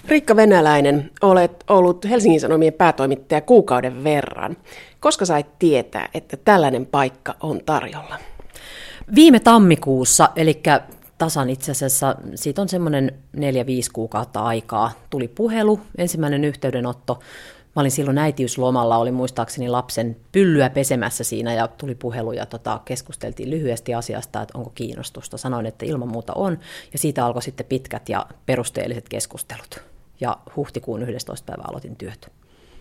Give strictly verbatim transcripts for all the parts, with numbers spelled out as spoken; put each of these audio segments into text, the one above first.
Riikka Venäläinen, olet ollut Helsingin Sanomien päätoimittaja kuukauden verran. Koska sait tietää, että tällainen paikka on tarjolla? Viime tammikuussa, eli tasan itse asiassa, siitä on semmoinen neljä viisi kuukautta aikaa, tuli puhelu, ensimmäinen yhteydenotto. Mä olin silloin äitiyslomalla, olin muistaakseni lapsen pyllyä pesemässä siinä ja tuli puhelu ja tota, keskusteltiin lyhyesti asiasta, että onko kiinnostusta. Sanoin, että ilman muuta on ja siitä alkoi sitten pitkät ja perusteelliset keskustelut. Ja huhtikuun yhdestoista päivä aloitin työt.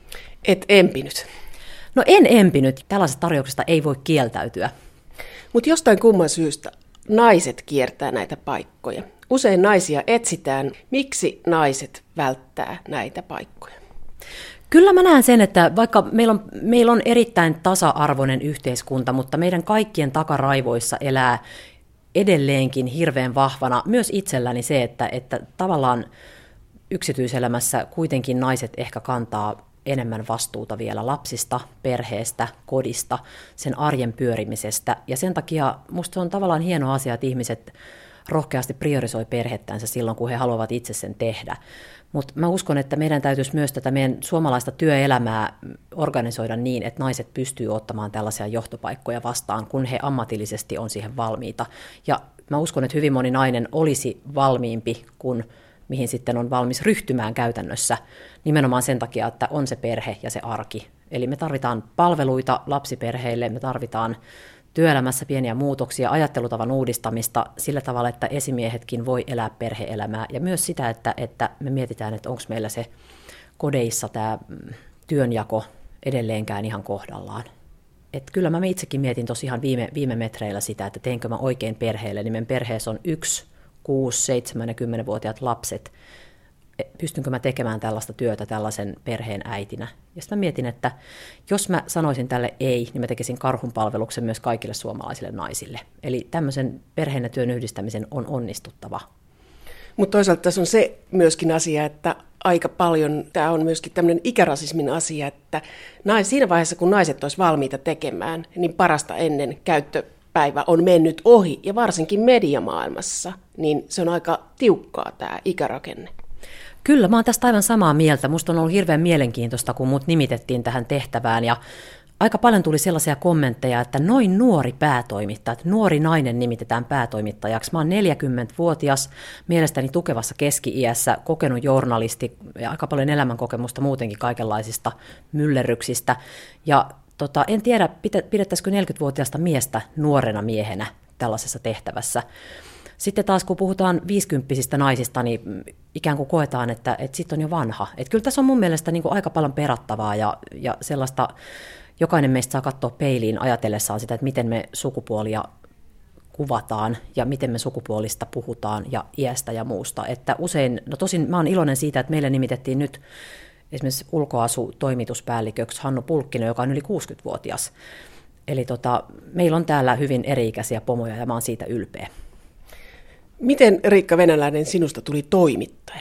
Et empinyt? No en empinyt. Tällaisesta tarjouksesta ei voi kieltäytyä. Mutta jostain kumman syystä naiset kiertää näitä paikkoja. Usein naisia etsitään. Miksi naiset välttää näitä paikkoja? Kyllä mä näen sen, että vaikka meillä on, meillä on erittäin tasa-arvoinen yhteiskunta, mutta meidän kaikkien takaraivoissa elää edelleenkin hirveän vahvana myös itselläni se, että, että tavallaan yksityiselämässä kuitenkin naiset ehkä kantaa enemmän vastuuta vielä lapsista, perheestä, kodista, sen arjen pyörimisestä. Ja sen takia musta on tavallaan hieno asia, että ihmiset rohkeasti priorisoi perhettänsä silloin, kun he haluavat itse sen tehdä. Mutta mä uskon, että meidän täytyisi myös tätä meidän suomalaista työelämää organisoida niin, että naiset pystyy ottamaan tällaisia johtopaikkoja vastaan, kun he ammatillisesti on siihen valmiita. Ja mä uskon, että hyvin moni nainen olisi valmiimpi kuin mihin sitten on valmis ryhtymään käytännössä, nimenomaan sen takia, että on se perhe ja se arki. Eli me tarvitaan palveluita lapsiperheille, me tarvitaan työelämässä pieniä muutoksia, ajattelutavan uudistamista sillä tavalla, että esimiehetkin voi elää perhe-elämää. Ja myös sitä, että, että me mietitään, että onko meillä se kodeissa tämä työnjako edelleenkään ihan kohdallaan. Et kyllä mä itsekin mietin tuossa ihan viime, viime metreillä sitä, että teenkö mä oikein perheelle. Niin meidän perheessä on yksi, kuusi, seitsemän ja kymmenvuotiaat lapset. Pystynkö mä tekemään tällaista työtä tällaisen perheen äitinä? Ja sitten mä mietin, että jos mä sanoisin tälle ei, niin mä tekisin karhunpalveluksen myös kaikille suomalaisille naisille. Eli tämmöisen perheen ja työn yhdistämisen on onnistuttava. Mutta toisaalta tässä on se myöskin asia, että aika paljon tämä on myöskin tämmöinen ikärasismin asia, että nais, siinä vaiheessa kun naiset olisi valmiita tekemään, niin parasta ennen käyttöpäivä on mennyt ohi. Ja varsinkin mediamaailmassa, niin se on aika tiukkaa tämä ikärakenne. Kyllä, mä oon tästä aivan samaa mieltä. Musta on ollut hirveän mielenkiintoista, kun mut nimitettiin tähän tehtävään ja aika paljon tuli sellaisia kommentteja, että noin nuori päätoimittaja, että nuori nainen nimitetään päätoimittajaksi. Mä oon neljäkymmentävuotias, mielestäni tukevassa keski-iässä, kokenut journalisti ja aika paljon elämänkokemusta muutenkin kaikenlaisista myllerryksistä. Ja tota, en tiedä, pidettäisikö neljäkymmentävuotiaasta miestä nuorena miehenä tällaisessa tehtävässä. Sitten taas kun puhutaan viisikymppisistä naisista, niin ikään kuin koetaan, että, että sitten on jo vanha. Että kyllä tässä on mun mielestä niin kuin aika paljon perattavaa ja, ja sellaista, jokainen meistä saa katsoa peiliin ajatellessaan sitä, että miten me sukupuolia kuvataan ja miten me sukupuolista puhutaan ja iästä ja muusta. Että usein, no tosin mä oon iloinen siitä, että meille nimitettiin nyt esimerkiksi ulkoasu-toimituspäälliköksi Hannu Pulkkinen, joka on yli kuusikymmentävuotias. Eli tota, meillä on täällä hyvin eri-ikäisiä pomoja ja mä oon siitä ylpeä. Miten, Riikka Venäläinen, sinusta tuli toimittaja?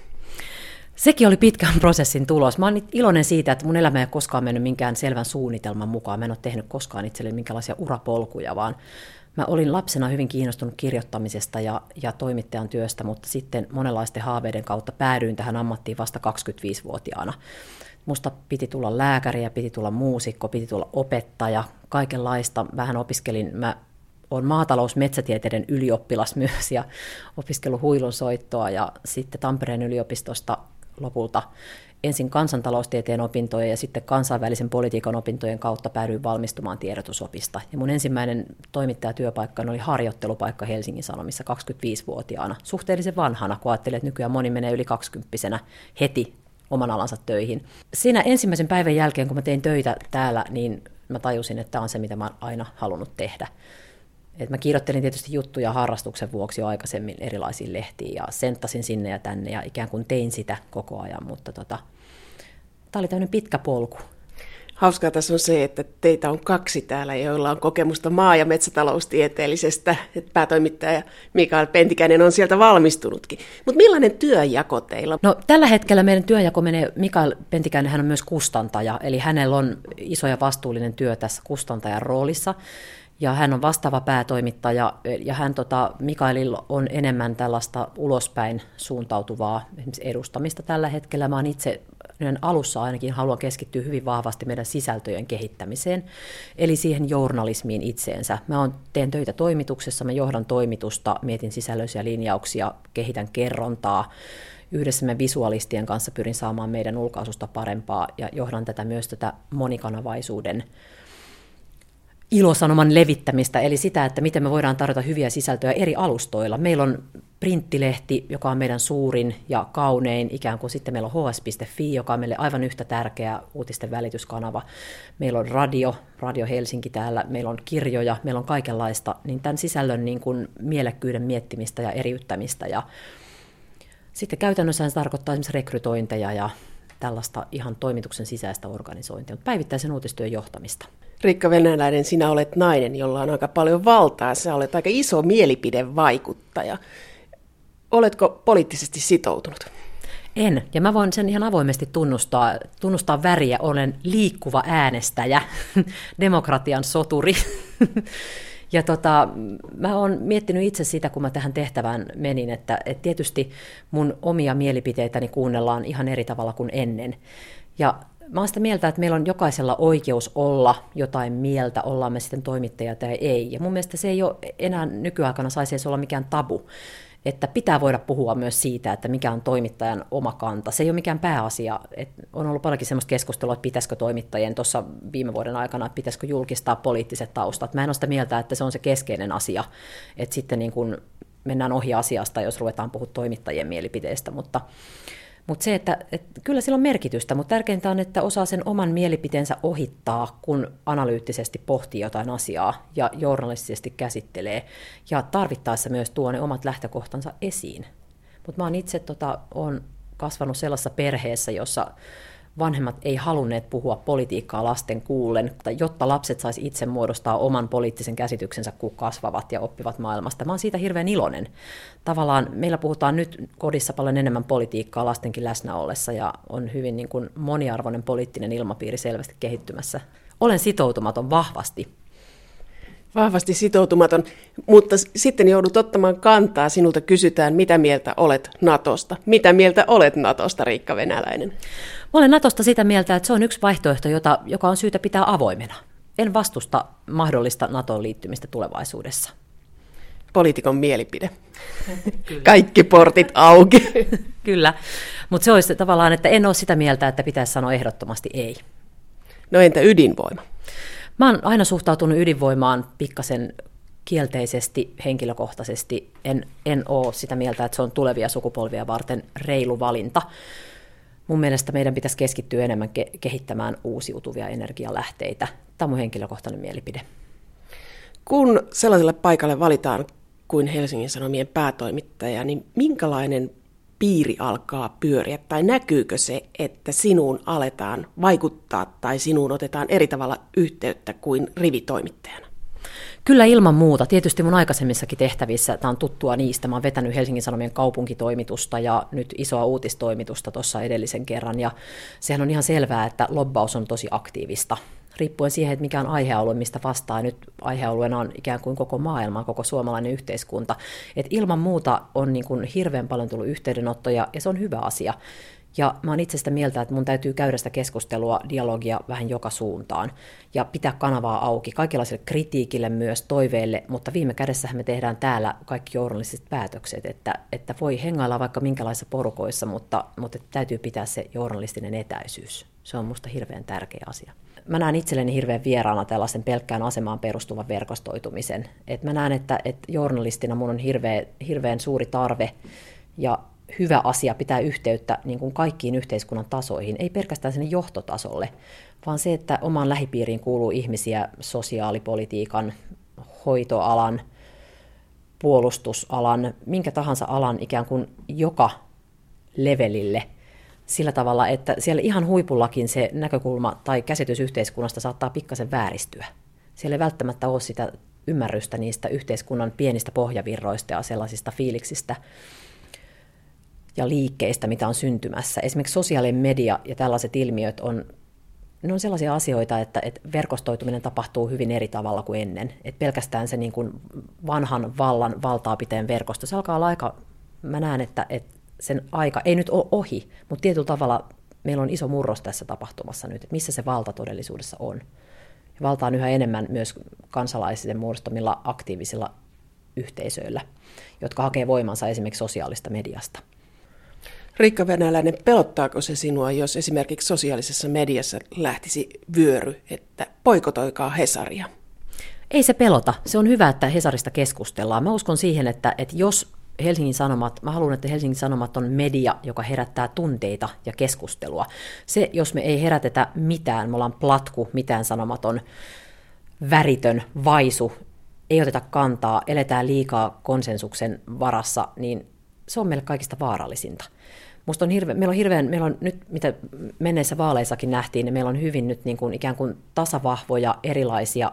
Sekin oli pitkän prosessin tulos. Mä oon iloinen siitä, että mun elämä ei ole koskaan mennyt minkään selvän suunnitelman mukaan. Mä en ole tehnyt koskaan itselleni minkälaisia urapolkuja, vaan mä olin lapsena hyvin kiinnostunut kirjoittamisesta ja, ja toimittajan työstä, mutta sitten monenlaisten haaveiden kautta päädyin tähän ammattiin vasta kaksikymmentäviisivuotiaana. Musta piti tulla lääkäri, piti tulla muusikko, piti tulla opettaja, kaikenlaista. Vähän opiskelin, mä olen maatalous-metsätieteiden ylioppilas myös ja opiskellut huilunsoittoa ja sitten Tampereen yliopistosta lopulta ensin kansantaloustieteen opintoja ja sitten kansainvälisen politiikan opintojen kautta päädyin valmistumaan tiedotusopista. Ja mun ensimmäinen toimittajatyöpaikka oli harjoittelupaikka Helsingin Sanomissa kaksikymmentäviisivuotiaana, suhteellisen vanhana, kun ajattelin, että nykyään moni menee yli kaksikymppisenä heti oman alansa töihin. Siinä ensimmäisen päivän jälkeen, kun mä tein töitä täällä, niin mä tajusin, että tämä on se, mitä mä oon aina halunnut tehdä. Et mä kirjoittelin tietysti juttuja harrastuksen vuoksi jo aikaisemmin erilaisiin lehtiin ja senttasin sinne ja tänne ja ikään kuin tein sitä koko ajan, mutta tota, tämä oli tämmöinen pitkä polku. Hauskaa tässä on se, että teitä on kaksi täällä, joilla on kokemusta maa- ja metsätaloustieteellisestä. Päätoimittaja Mikael Pentikäinen on sieltä valmistunutkin. Mutta millainen työnjako teillä on? No, tällä hetkellä meidän työnjako menee, Mikael Pentikäinen hän on myös kustantaja, eli hänellä on iso ja vastuullinen työ tässä kustantajan roolissa. Ja hän on vastaava päätoimittaja, ja hän, tota, Mikaelilla on enemmän tällaista ulospäin suuntautuvaa esimerkiksi edustamista tällä hetkellä. Mä oon itse alussa ainakin haluan keskittyä hyvin vahvasti meidän sisältöjen kehittämiseen, eli siihen journalismiin itseensä. Mä on, teen töitä toimituksessa, mä johdan toimitusta, mietin sisällöllisiä linjauksia, kehitän kerrontaa. Yhdessä me visualistien kanssa pyrin saamaan meidän ulkaisusta parempaa ja johdan tätä myös tätä monikanavaisuuden ilosanoman levittämistä, eli sitä, että miten me voidaan tarjota hyviä sisältöjä eri alustoilla. Meillä on printtilehti, joka on meidän suurin ja kaunein, ikään kuin sitten meillä on h s piste f i, joka on meille aivan yhtä tärkeä uutisten välityskanava. Meillä on radio, Radio Helsinki täällä, meillä on kirjoja, meillä on kaikenlaista, niin tämän sisällön niin kuin mielekkyyden miettimistä ja eriyttämistä. Ja sitten käytännössä se tarkoittaa esimerkiksi rekrytointeja ja tällaista ihan toimituksen sisäistä organisointia, mutta päivittäisen uutistyön johtamista. Riikka Venäläinen, sinä olet nainen, jolla on aika paljon valtaa. Sä olet aika iso mielipidevaikuttaja. Oletko poliittisesti sitoutunut? En, ja mä voin sen ihan avoimesti tunnustaa, tunnustaa väriä. Olen liikkuva äänestäjä, demokratian soturi. Ja tota, mä oon miettinyt itse sitä, kun mä tähän tehtävään menin, että, että tietysti mun omia mielipiteitäni kuunnellaan ihan eri tavalla kuin ennen. Ja mä oon sitä mieltä, että meillä on jokaisella oikeus olla jotain mieltä, ollaan me sitten toimittajia tai ei. Ja mun mielestä se ei ole enää nykyaikana saisi edes olla mikään tabu. Että pitää voida puhua myös siitä, että mikä on toimittajan oma kanta. Se ei ole mikään pääasia. Et on ollut paljonkin sellaista keskustelua, että pitäisikö toimittajien tuossa viime vuoden aikana, että pitäisikö julkistaa poliittiset taustat. Mä en ole sitä mieltä, että se on se keskeinen asia, että sitten niin kun mennään ohi asiasta, jos ruvetaan puhua toimittajien mielipiteistä. Mutta, mutta se, että, että kyllä sillä on merkitystä, mutta tärkeintä on, että osaa sen oman mielipiteensä ohittaa, kun analyyttisesti pohtii jotain asiaa ja journalistisesti käsittelee ja tarvittaessa myös tuo ne omat lähtökohtansa esiin. Mutta mä oon itse tota, on kasvanut sellaisessa perheessä, jossa vanhemmat ei halunneet puhua politiikkaa lasten kuullen, jotta lapset saisi itse muodostaa oman poliittisen käsityksensä, kun kasvavat ja oppivat maailmasta. Mä oon siitä hirveän iloinen. Tavallaan meillä puhutaan nyt kodissa paljon enemmän politiikkaa lastenkin läsnä ollessa ja on hyvin niin kuin moniarvoinen poliittinen ilmapiiri selvästi kehittymässä. Olen sitoutumaton vahvasti. Vahvasti sitoutumaton, mutta sitten joudut ottamaan kantaa. Sinulta kysytään, mitä mieltä olet Natosta. Mitä mieltä olet Natosta, Riikka Venäläinen? Mä olen Natosta sitä mieltä, että se on yksi vaihtoehto, jota, joka on syytä pitää avoimena. En vastusta mahdollista NATOon liittymistä tulevaisuudessa. Poliitikon mielipide. Kaikki portit auki. Kyllä, mutta se olisi tavallaan, että en ole sitä mieltä, että pitäisi sanoa ehdottomasti ei. No entä ydinvoima? Mä oon aina suhtautunut ydinvoimaan pikkasen kielteisesti, henkilökohtaisesti. En, en ole sitä mieltä, että se on tulevia sukupolvia varten reilu valinta. Mun mielestä meidän pitäisi keskittyä enemmän ke- kehittämään uusiutuvia energialähteitä. Tämä on mun henkilökohtainen mielipide. Kun sellaiselle paikalle valitaan kuin Helsingin Sanomien päätoimittaja, niin minkälainen piiri alkaa pyöriä? Tai näkyykö se, että sinuun aletaan vaikuttaa tai sinuun otetaan eri tavalla yhteyttä kuin rivitoimittajana? Kyllä ilman muuta. Tietysti mun aikaisemmissakin tehtävissä, tämä on tuttua niistä, mä oon vetänyt Helsingin Sanomien kaupunkitoimitusta ja nyt isoa uutistoimitusta tuossa edellisen kerran. Ja sehän on ihan selvää, että lobbaus on tosi aktiivista. Riippuen siihen, että mikä on aihealue, mistä vastaa. Nyt aihealueena on ikään kuin koko maailma, koko suomalainen yhteiskunta. Et ilman muuta on niin kuin hirveän paljon tullut yhteydenottoja ja se on hyvä asia. Ja mä oon itse sitä mieltä, että mun täytyy käydä sitä keskustelua, dialogia vähän joka suuntaan ja pitää kanavaa auki kaikenlaiselle kritiikille myös, toiveille, mutta viime kädessähän me tehdään täällä kaikki journalistiset päätökset, että, että voi hengailla vaikka minkälaisissa porukoissa, mutta, mutta täytyy pitää se journalistinen etäisyys. Se on musta hirveän tärkeä asia. Mä näen itselleni hirveän vieraana tällaisen pelkkään asemaan perustuvan verkostoitumisen. Et mä näen, että, että journalistina mun on hirveän, hirveän suuri tarve ja hyvä asia pitää yhteyttä niin kuin kaikkiin yhteiskunnan tasoihin, ei pelkästään sinne johtotasolle, vaan se, että omaan lähipiiriin kuuluu ihmisiä sosiaalipolitiikan, hoitoalan, puolustusalan, minkä tahansa alan ikään kuin joka levelille sillä tavalla, että siellä ihan huipullakin se näkökulma tai käsitys yhteiskunnasta saattaa pikkasen vääristyä. Siellä ei välttämättä ole sitä ymmärrystä niistä yhteiskunnan pienistä pohjavirroista ja sellaisista fiiliksistä ja liikkeistä, mitä on syntymässä. Esimerkiksi sosiaalinen media ja tällaiset ilmiöt on ne on sellaisia asioita, että, että verkostoituminen tapahtuu hyvin eri tavalla kuin ennen. Et pelkästään se niin kuin vanhan vallan valtaapiteen verkosto, se alkaa olla aika, mä näen, että, että sen aika ei nyt ole ohi, mutta tietyllä tavalla meillä on iso murros tässä tapahtumassa nyt, että missä se valta todellisuudessa on. Ja valta on yhä enemmän myös kansalaisten muodostamilla aktiivisilla yhteisöillä, jotka hakee voimansa esimerkiksi sosiaalista mediasta. Riikka Venäläinen, pelottaako se sinua, jos esimerkiksi sosiaalisessa mediassa lähtisi vyöry, että boikotoikaa Hesaria? Ei se pelota. Se on hyvä, että Hesarista keskustellaan. Mä uskon siihen, että, että jos Helsingin Sanomat, mä haluan, että Helsingin Sanomat on media, joka herättää tunteita ja keskustelua. Se, jos me ei herätetä mitään, me ollaan platku, mitään sanomaton, väritön, vaisu, ei oteta kantaa, eletään liikaa konsensuksen varassa, niin se on meille kaikista vaarallisinta. Musta on hirve, meillä on hirveän, meillä on nyt, mitä menneissä vaaleissakin nähtiin, niin meillä on hyvin nyt niin kuin ikään kuin tasavahvoja erilaisia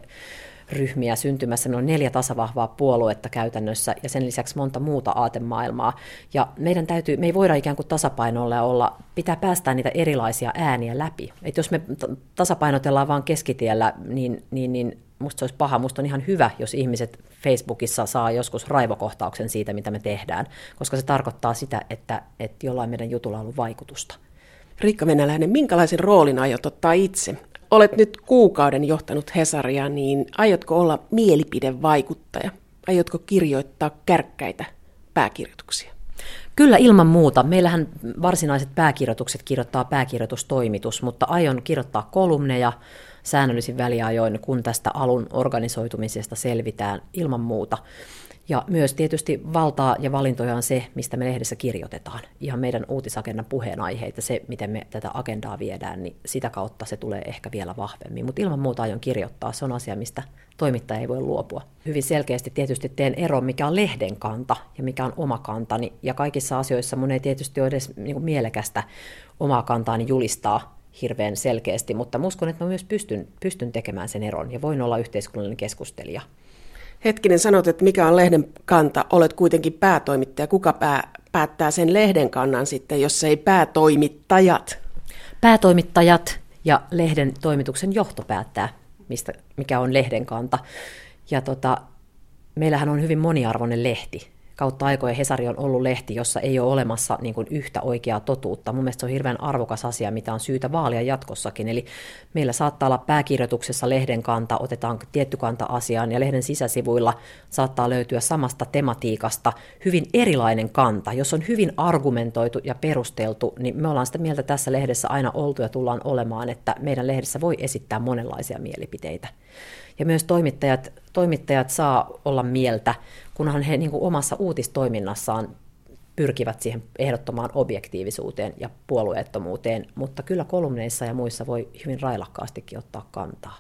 aateryhmiä syntymässä. Meillä on neljä tasavahvaa puoluetta käytännössä ja sen lisäksi monta muuta aatemaailmaa. Ja meidän täytyy, me ei voida ikään kuin tasapainolla ja olla, pitää päästää niitä erilaisia ääniä läpi. Et jos me tasapainotellaan vaan keskitiellä, niin, niin, niin musta se olisi paha. Musta on ihan hyvä, jos ihmiset Facebookissa saa joskus raivokohtauksen siitä, mitä me tehdään, koska se tarkoittaa sitä, että, että jollain meidän jutulla on ollut vaikutusta. Riikka Venäläinen, minkälaisen roolin aiot ottaa itse? Olet nyt kuukauden johtanut Hesaria, niin aiotko olla mielipidevaikuttaja? Aiotko kirjoittaa kärkkäitä pääkirjoituksia? Kyllä ilman muuta. Meillähän varsinaiset pääkirjoitukset kirjoittaa pääkirjoitustoimitus, mutta aion kirjoittaa kolumneja säännöllisin väliajoin, kun tästä alun organisoitumisesta selvitään ilman muuta. Ja myös tietysti valtaa ja valintoja on se, mistä me lehdessä kirjoitetaan. Ihan meidän uutisagendan puheenaiheita, se miten me tätä agendaa viedään, niin sitä kautta se tulee ehkä vielä vahvemmin. Mutta ilman muuta aion kirjoittaa, se on asia, mistä toimittaja ei voi luopua. Hyvin selkeästi tietysti teen eron, mikä on lehden kanta ja mikä on oma kantani. Ja kaikissa asioissa mun ei tietysti ole edes niin kuin mielekästä omaa kantaani julistaa hirveän selkeästi, mutta uskon, että mä myös pystyn, pystyn tekemään sen eron ja voin olla yhteiskunnallinen keskustelija. Hetkinen, sanot, että mikä on lehden kanta, olet kuitenkin päätoimittaja. Kuka pää, päättää sen lehden kannan sitten, jos ei päätoimittajat? Päätoimittajat ja lehden toimituksen johto päättää, mistä, mikä on lehden kanta. Ja tota, meillähän on hyvin moniarvoinen lehti. Kautta aikojen Hesari on ollut lehti, jossa ei ole olemassa niin kuin yhtä oikeaa totuutta. Mun mielestä se on hirveän arvokas asia, mitä on syytä vaalia jatkossakin. Eli meillä saattaa olla pääkirjoituksessa lehden kanta, otetaan tietty kanta asiaan, ja lehden sisäsivuilla saattaa löytyä samasta tematiikasta hyvin erilainen kanta. Jos on hyvin argumentoitu ja perusteltu, niin me ollaan sitä mieltä tässä lehdessä aina oltu ja tullaan olemaan, että meidän lehdessä voi esittää monenlaisia mielipiteitä. Ja myös toimittajat, toimittajat saa olla mieltä, kunhan he niin kuin omassa uutistoiminnassaan pyrkivät siihen ehdottomaan objektiivisuuteen ja puolueettomuuteen, mutta kyllä kolumneissa ja muissa voi hyvin railakkaastikin ottaa kantaa.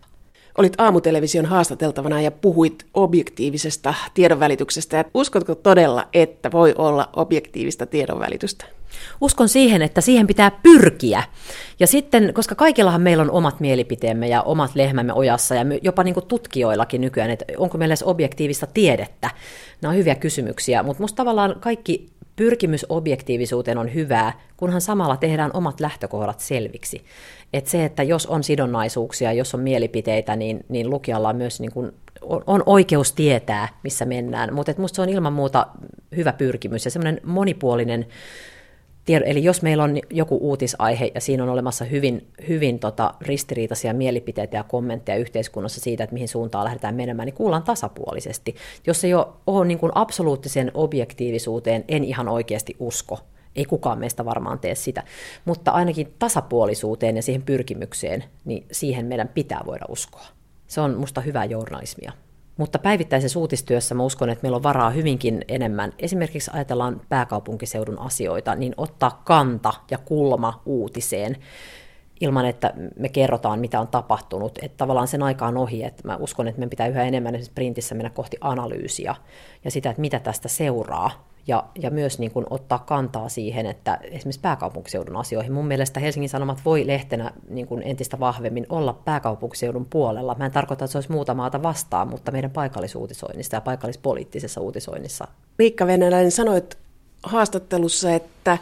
Olit Aamutelevision haastateltavana ja puhuit objektiivisesta tiedonvälityksestä. Uskotko todella, että voi olla objektiivista tiedonvälitystä? Uskon siihen, että siihen pitää pyrkiä. Ja sitten, koska kaikillahan meillä on omat mielipiteemme ja omat lehmämme ojassa ja jopa niin kuin tutkijoillakin nykyään, että onko meillä edes objektiivista tiedettä. Nämä on hyviä kysymyksiä, mutta musta tavallaan kaikki pyrkimys objektiivisuuteen on hyvää, kunhan samalla tehdään omat lähtökohdat selviksi. Että se, että jos on sidonnaisuuksia, jos on mielipiteitä, niin, niin lukijalla on myös niin kuin, on, on oikeus tietää, missä mennään. Mutta musta se on ilman muuta hyvä pyrkimys ja semmoinen monipuolinen tiedo. Eli jos meillä on joku uutisaihe ja siinä on olemassa hyvin, hyvin tota, ristiriitaisia mielipiteitä ja kommentteja yhteiskunnassa siitä, että mihin suuntaan lähdetään menemään, niin kuullaan tasapuolisesti. Jos ei ole, ole niin kuin absoluuttisen objektiivisuuteen, en ihan oikeasti usko. Ei kukaan meistä varmaan tee sitä, mutta ainakin tasapuolisuuteen ja siihen pyrkimykseen, niin siihen meidän pitää voida uskoa. Se on musta hyvää journalismia. Mutta päivittäisessä uutistyössä mä uskon, että meillä on varaa hyvinkin enemmän. Esimerkiksi ajatellaan pääkaupunkiseudun asioita, niin ottaa kanta ja kulma uutiseen ilman, että me kerrotaan, mitä on tapahtunut. Että tavallaan sen aika on ohi, että mä uskon, että meidän pitää yhä enemmän esimerkiksi printissä mennä kohti analyysiä ja sitä, että mitä tästä seuraa. Ja, ja myös niin kuin ottaa kantaa siihen, että esimerkiksi pääkaupunkiseudun asioihin. Mun mielestä Helsingin Sanomat voi lehtenä niin kuin entistä vahvemmin olla pääkaupunkiseudun puolella. Mä en tarkoita, että se olisi muuta maata vastaan, mutta meidän paikallisuutisoinnista ja paikallispoliittisessa uutisoinnissa. Riikka Venäläinen, sanoit haastattelussa, että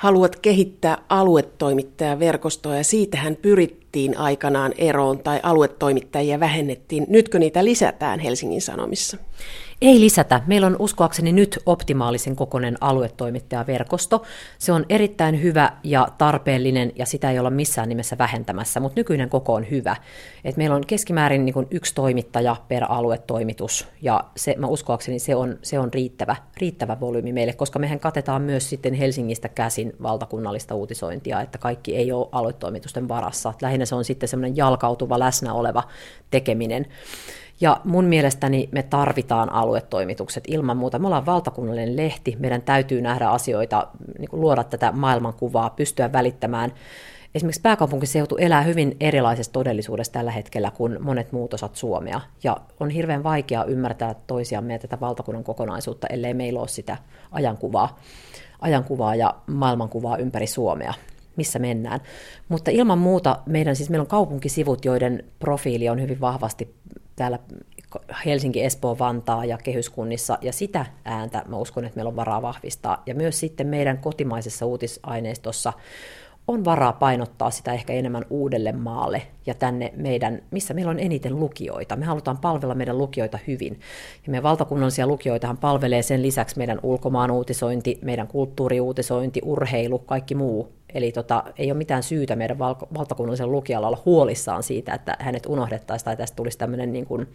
haluat kehittää aluetoimittajaverkostoa ja siitähän pyrittiin aikanaan eroon tai aluetoimittajia vähennettiin. Nytkö niitä lisätään Helsingin Sanomissa? Ei lisätä. Meillä on uskoakseni nyt optimaalisen kokoinen aluetoimittajaverkosto. Se on erittäin hyvä ja tarpeellinen ja sitä ei olla missään nimessä vähentämässä, mutta nykyinen koko on hyvä. Et meillä on keskimäärin niin kuin yksi toimittaja per aluetoimitus ja se, mä uskoakseni se on, se on riittävä, riittävä volyymi meille, koska mehän katetaan myös sitten Helsingistä käsin valtakunnallista uutisointia, että kaikki ei ole aluetoimitusten varassa. Lähinnä se on sitten semmoinen jalkautuva, läsnä oleva tekeminen. Ja mun mielestäni me tarvitaan aluetoimitukset ilman muuta. Me ollaan valtakunnallinen lehti, meidän täytyy nähdä asioita, niin kuin luoda tätä maailmankuvaa, pystyä välittämään. Esimerkiksi pääkaupunkiseutu elää hyvin erilaisessa todellisuudessa tällä hetkellä kuin monet muut osat Suomea. Ja on hirveän vaikea ymmärtää toisiamme ja tätä valtakunnan kokonaisuutta, ellei meillä ole sitä ajankuvaa, ajankuvaa ja maailmankuvaa ympäri Suomea, missä mennään. Mutta ilman muuta meidän, siis meillä on kaupunkisivut, joiden profiili on hyvin vahvasti täällä Helsinki, Espoo, Vantaa ja kehyskunnissa, ja sitä ääntä mä uskon, että meillä on varaa vahvistaa. Ja myös sitten meidän kotimaisessa uutisaineistossa on varaa painottaa sitä ehkä enemmän uudelle maalle ja tänne meidän, missä meillä on eniten lukijoita. Me halutaan palvella meidän lukijoita hyvin. Ja meidän valtakunnallisia lukijoitahan palvelee sen lisäksi meidän ulkomaan uutisointi, meidän kulttuuriuutisointi, urheilu, kaikki muu. Eli tota, ei ole mitään syytä meidän val- valtakunnallisen lukijalla olla huolissaan siitä, että hänet unohdettaisiin tai tästä tulisi tämmöinen niin kuin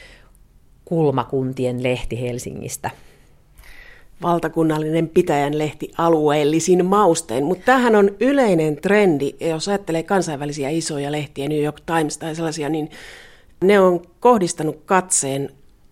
kulmakuntien lehti Helsingistä. Valtakunnallinen pitäjän lehti alueellisin maustein, mutta tämähän on yleinen trendi, jos ajattelee kansainvälisiä isoja lehtiä, New York Times tai sellaisia, niin ne on kohdistanut katseen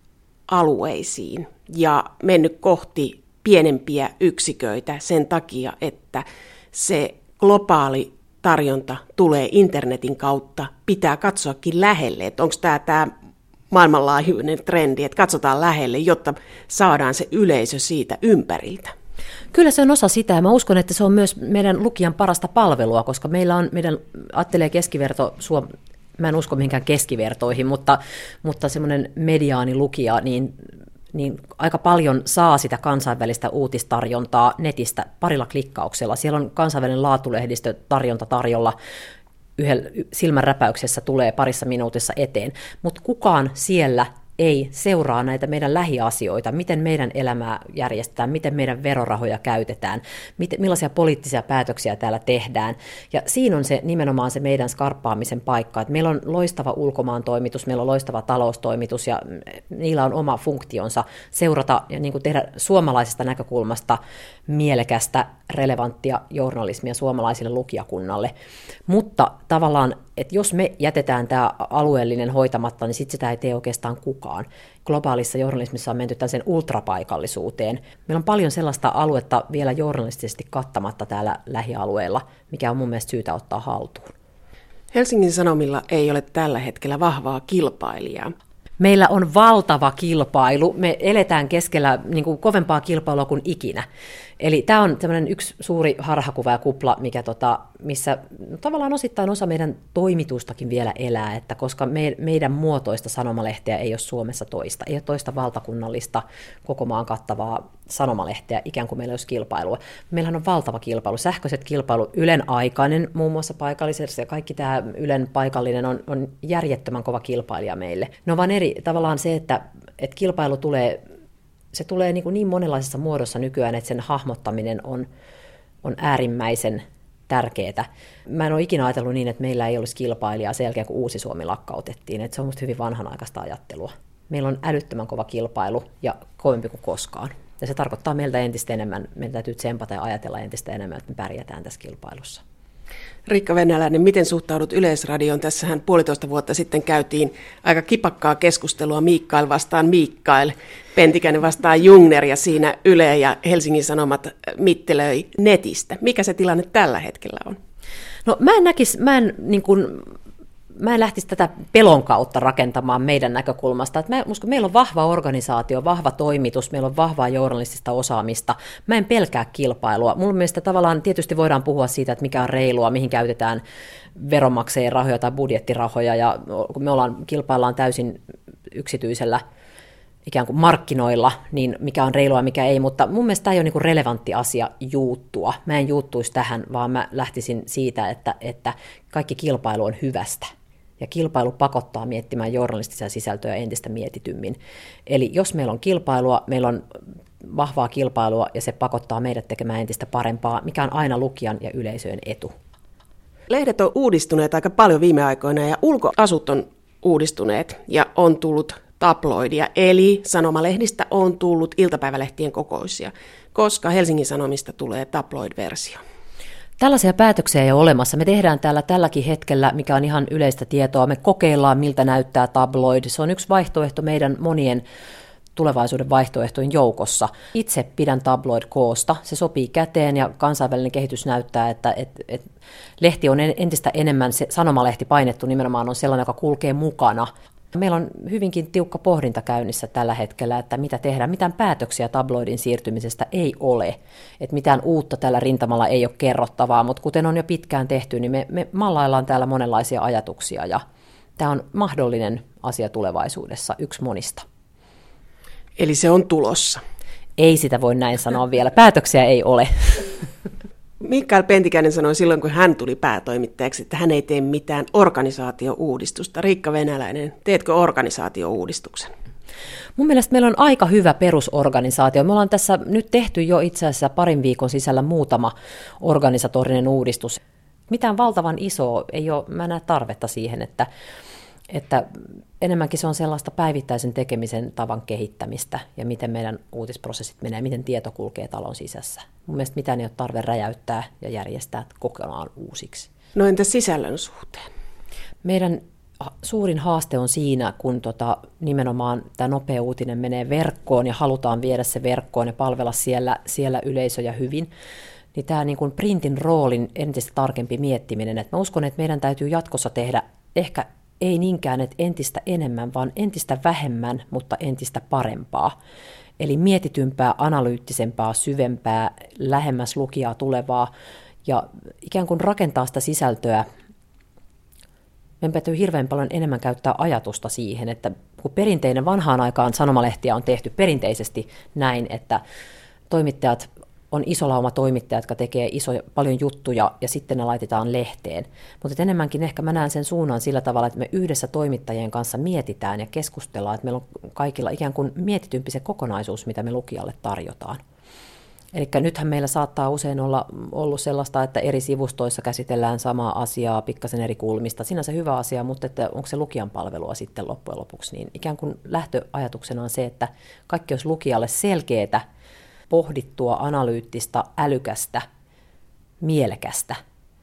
alueisiin ja mennyt kohti pienempiä yksiköitä sen takia, että se globaali tarjonta tulee internetin kautta, pitää katsoakin lähelle, että onko tämä tämä maailmanlaajuinen trendi, että katsotaan lähelle, jotta saadaan se yleisö siitä ympäriltä. Kyllä se on osa sitä, ja mä uskon, että se on myös meidän lukijan parasta palvelua, koska meillä on, meidän ajattelee keskiverto, Suom- mä en usko mihinkään keskivertoihin, mutta, mutta semmoinen mediaanilukija, niin niin aika paljon saa sitä kansainvälistä uutistarjontaa netistä parilla klikkauksella. Siellä on kansainvälinen laatulehdistö tarjonta tarjolla, yhdellä silmänräpäyksessä tulee parissa minuutissa eteen, mutta kukaan siellä ei seuraa näitä meidän lähiasioita, miten meidän elämää järjestetään, miten meidän verorahoja käytetään, miten, millaisia poliittisia päätöksiä täällä tehdään. Ja siinä on se nimenomaan se meidän skarppaamisen paikka, että meillä on loistava ulkomaan toimitus, meillä on loistava taloustoimitus ja niillä on oma funktionsa seurata ja niin kuin tehdä suomalaisesta näkökulmasta mielekästä, relevanttia journalismia suomalaisille lukijakunnalle. Mutta tavallaan, että jos me jätetään tämä alueellinen hoitamatta, niin sitten sitä ei tee oikeastaan kukaan. Globaalissa journalismissa on menty tällaiseen ultrapaikallisuuteen. Meillä on paljon sellaista aluetta vielä journalistisesti kattamatta täällä lähialueella, mikä on mun mielestä syytä ottaa haltuun. Helsingin Sanomilla ei ole tällä hetkellä vahvaa kilpailijaa. Meillä on valtava kilpailu. Me eletään keskellä niin kuin kovempaa kilpailua kuin ikinä. Eli tämä on tämmöinen yksi suuri harhakuva ja kupla, mikä tota, missä no, tavallaan osittain osa meidän toimitustakin vielä elää, että koska me, meidän muotoista sanomalehteä ei ole Suomessa toista, ei ole toista valtakunnallista koko maan kattavaa sanomalehteä, ikään kuin meillä olisi kilpailua. Meillähän on valtava kilpailu, sähköiset kilpailu, Ylen aikainen muun muassa paikallisessa ja kaikki tämä Ylen paikallinen on, on järjettömän kova kilpailija meille. No vaan eri tavallaan se, että, että kilpailu tulee Se tulee niin, kuin niin monenlaisessa muodossa nykyään, että sen hahmottaminen on, on äärimmäisen tärkeää. Mä en ole ikinä ajatellut niin, että meillä ei olisi kilpailijaa sen jälkeen, kun Uusi Suomi lakkautettiin. Että se on musta hyvin vanhanaikaista ajattelua. Meillä on älyttömän kova kilpailu ja kovempi kuin koskaan. Ja se tarkoittaa meiltä entistä enemmän, meidän täytyy tsempata ja ajatella entistä enemmän, että me pärjätään tässä kilpailussa. Riikka Venäläinen, miten suhtaudut Yleisradioon? Tässähän puolitoista vuotta sitten käytiin aika kipakkaa keskustelua Miikkail vastaan Miikkail, Pentikäinen vastaan Jungner ja siinä Yle ja Helsingin Sanomat mittelöi netistä. Mikä se tilanne tällä hetkellä on? No mä en näkisi, mä en niin kuin Mä en lähtisi tätä pelon kautta rakentamaan meidän näkökulmasta. Että mä uskon, meillä on vahva organisaatio, vahva toimitus, meillä on vahvaa journalistista osaamista. Mä en pelkää kilpailua. Mun mielestä tavallaan tietysti voidaan puhua siitä, että mikä on reilua, mihin käytetään veronmaksajien rahoja tai budjettirahoja. Ja kun me ollaan, kilpaillaan täysin yksityisellä ikään kuin markkinoilla, niin mikä on reilua ja mikä ei, mutta mun mielestä tämä ei ole niin kuin relevantti asia juuttua. Mä en juuttuisi tähän, vaan mä lähtisin siitä, että, että kaikki kilpailu on hyvästä. Ja kilpailu pakottaa miettimään journalistisia sisältöjä entistä mietitymmin. Eli jos meillä on kilpailua, meillä on vahvaa kilpailua ja se pakottaa meidät tekemään entistä parempaa, mikä on aina lukijan ja yleisöjen etu. Lehdet on uudistuneet aika paljon viime aikoina ja ulkoasut on uudistuneet ja on tullut tabloidia, eli sanomalehdistä on tullut iltapäivälehtien kokoisia, koska Helsingin Sanomista tulee tabloid-versio. Tällaisia päätöksiä ei ole olemassa. Me tehdään täällä tälläkin hetkellä, mikä on ihan yleistä tietoa. Me kokeillaan, miltä näyttää tabloid. Se on yksi vaihtoehto meidän monien tulevaisuuden vaihtoehtojen joukossa. Itse pidän tabloid-koosta. Se sopii käteen ja kansainvälinen kehitys näyttää, että et, et lehti on entistä enemmän, se sanomalehti painettu nimenomaan on sellainen, joka kulkee mukana. Meillä on hyvinkin tiukka pohdinta käynnissä tällä hetkellä, että mitä tehdään. Mitään päätöksiä tabloidin siirtymisestä ei ole. Että mitään uutta tällä rintamalla ei ole kerrottavaa, mutta kuten on jo pitkään tehty, niin me, me mallaillaan täällä monenlaisia ajatuksia ja tämä on mahdollinen asia tulevaisuudessa, yksi monista. Eli se on tulossa. Ei sitä voi näin sanoa vielä. Päätöksiä ei ole. Mikael Pentikäinen sanoi silloin, kun hän tuli päätoimittajaksi, että hän ei tee mitään organisaatio-uudistusta. Riikka Venäläinen, teetkö organisaatio-uudistuksen? Mun mielestä meillä on aika hyvä perusorganisaatio. Me ollaan tässä nyt tehty jo itse asiassa parin viikon sisällä muutama organisatorinen uudistus. Mitään valtavan isoa ei ole, mä näen tarvetta siihen, että Että enemmänkin se on sellaista päivittäisen tekemisen tavan kehittämistä ja miten meidän uutisprosessit menee, miten tieto kulkee talon sisässä. Mun mielestä mitään ei ole tarve räjäyttää ja järjestää kokonaan uusiksi. No entä sisällön suhteen? Meidän suurin haaste on siinä, kun tota, nimenomaan tämä nopea uutinen menee verkkoon ja halutaan viedä se verkkoon ja palvella siellä, siellä yleisöjä hyvin. Niin tämä niin kuin printin roolin entistä tarkempi miettiminen. Et mä uskon, että meidän täytyy jatkossa tehdä ehkä ei niinkään, että entistä enemmän, vaan entistä vähemmän, mutta entistä parempaa. Eli mietitympää, analyyttisempaa, syvempää, lähemmäs lukijaa tulevaa ja ikään kuin rakentaa sitä sisältöä. Meidän täytyy hirveän paljon enemmän käyttää ajatusta siihen, että kun perinteinen vanhaan aikaan sanomalehtiä on tehty perinteisesti näin, että toimittajat on iso lauma toimittajia, jotka tekee iso, paljon juttuja ja sitten ne laitetaan lehteen. Mutta enemmänkin ehkä mä näen sen suunnan sillä tavalla, että me yhdessä toimittajien kanssa mietitään ja keskustellaan, että meillä on kaikilla ikään kuin mietitympi se kokonaisuus, mitä me lukijalle tarjotaan. Eli nythän meillä saattaa usein olla ollut sellaista, että eri sivustoissa käsitellään samaa asiaa pikkasen eri kulmista. Siinä on se hyvä asia, mutta että onko se lukijan palvelua sitten loppujen lopuksi. Niin ikään kuin lähtöajatuksena on se, että kaikki olisi lukijalle selkeätä, pohdittua, analyyttistä, älykästä, mielekästä.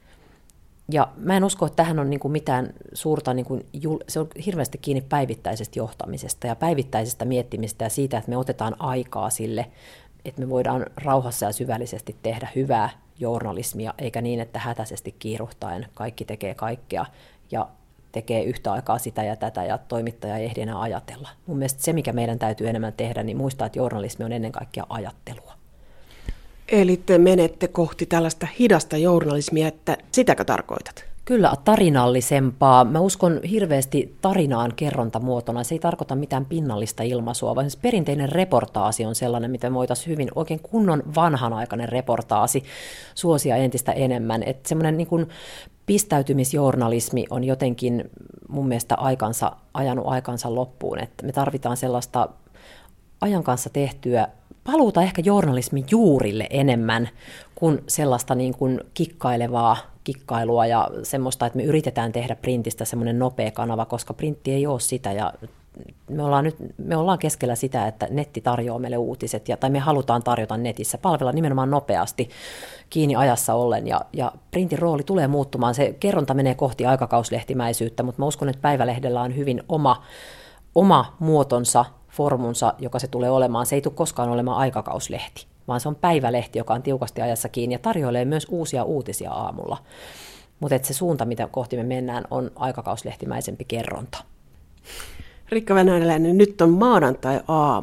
Ja mä en usko, että tähän on niin kuin mitään suurta, niin kuin, se on hirveästi kiinni päivittäisestä johtamisesta ja päivittäisestä miettimistä ja siitä, että me otetaan aikaa sille, että me voidaan rauhassa ja syvällisesti tehdä hyvää journalismia, eikä niin, että hätäisesti kiiruhtaen kaikki tekee kaikkea ja tekee yhtä aikaa sitä ja tätä ja toimittaja ei ehdi enää ajatella. Mun mielestä se, mikä meidän täytyy enemmän tehdä, niin muistaa, että journalismi on ennen kaikkea ajattelua. Eli te menette kohti tällaista hidasta journalismia, että sitäkö tarkoitat? Kyllä, tarinallisempaa. Mä uskon hirveästi tarinaan kerrontamuotona. Se ei tarkoita mitään pinnallista ilmaisua, vaan siis perinteinen reportaasi on sellainen, mitä me voitaisiin hyvin oikein kunnon vanhanaikainen reportaasi suosia entistä enemmän. Että semmoinen niin kuin pistäytymisjournalismi on jotenkin mun mielestä aikansa, ajanut aikansa loppuun. Että me tarvitaan sellaista ajan kanssa tehtyä paluuta ehkä journalismin juurille enemmän kuin sellaista niin kuin kikkailevaa kikkailua ja semmoista, että me yritetään tehdä printistä semmoinen nopea kanava, koska printti ei ole sitä ja me ollaan nyt me ollaan keskellä sitä, että netti tarjoaa meille uutiset ja, tai me halutaan tarjota netissä, palvella nimenomaan nopeasti kiinni ajassa ollen ja, ja printin rooli tulee muuttumaan. Se kerronta menee kohti aikakauslehtimäisyyttä, mutta mä uskon, että päivälehdellä on hyvin oma, oma muotonsa, formunsa, joka se tulee olemaan. Se ei tule koskaan olemaan aikakauslehti, vaan se on päivälehti, joka on tiukasti ajassa kiinni ja tarjoilee myös uusia uutisia aamulla. Mutta se suunta, mitä kohti me mennään, on aikakauslehtimäisempi kerronta. Riikka Venäläinen, nyt on maanantai-aamu.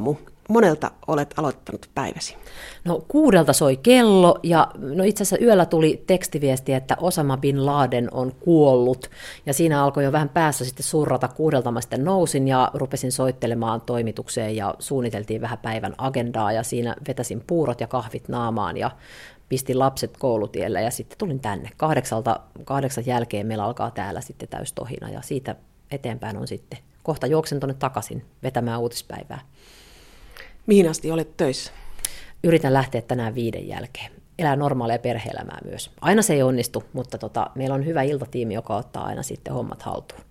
monelta olet aloittanut päiväsi? No kuudelta soi kello ja no itse asiassa yöllä tuli tekstiviesti, että Osama Bin Laden on kuollut. Ja siinä alkoi jo vähän päässä sitten surrata. Kuudelta mä sitten nousin ja rupesin soittelemaan toimitukseen ja suunniteltiin vähän päivän agendaa. Ja siinä vetäsin puurot ja kahvit naamaan ja pistin lapset koulutielle ja sitten tulin tänne. Kahdeksalta, kahdeksan jälkeen meillä alkaa täällä sitten täystohina ja siitä eteenpäin on sitten. Kohta juoksen tuonne takaisin vetämään uutispäivää. Mihin asti olet töissä? Yritän lähteä tänään viiden jälkeen. Elää normaalia perhe-elämää myös. Aina se ei onnistu, mutta tota, meillä on hyvä iltatiimi, joka ottaa aina sitten hommat haltuun.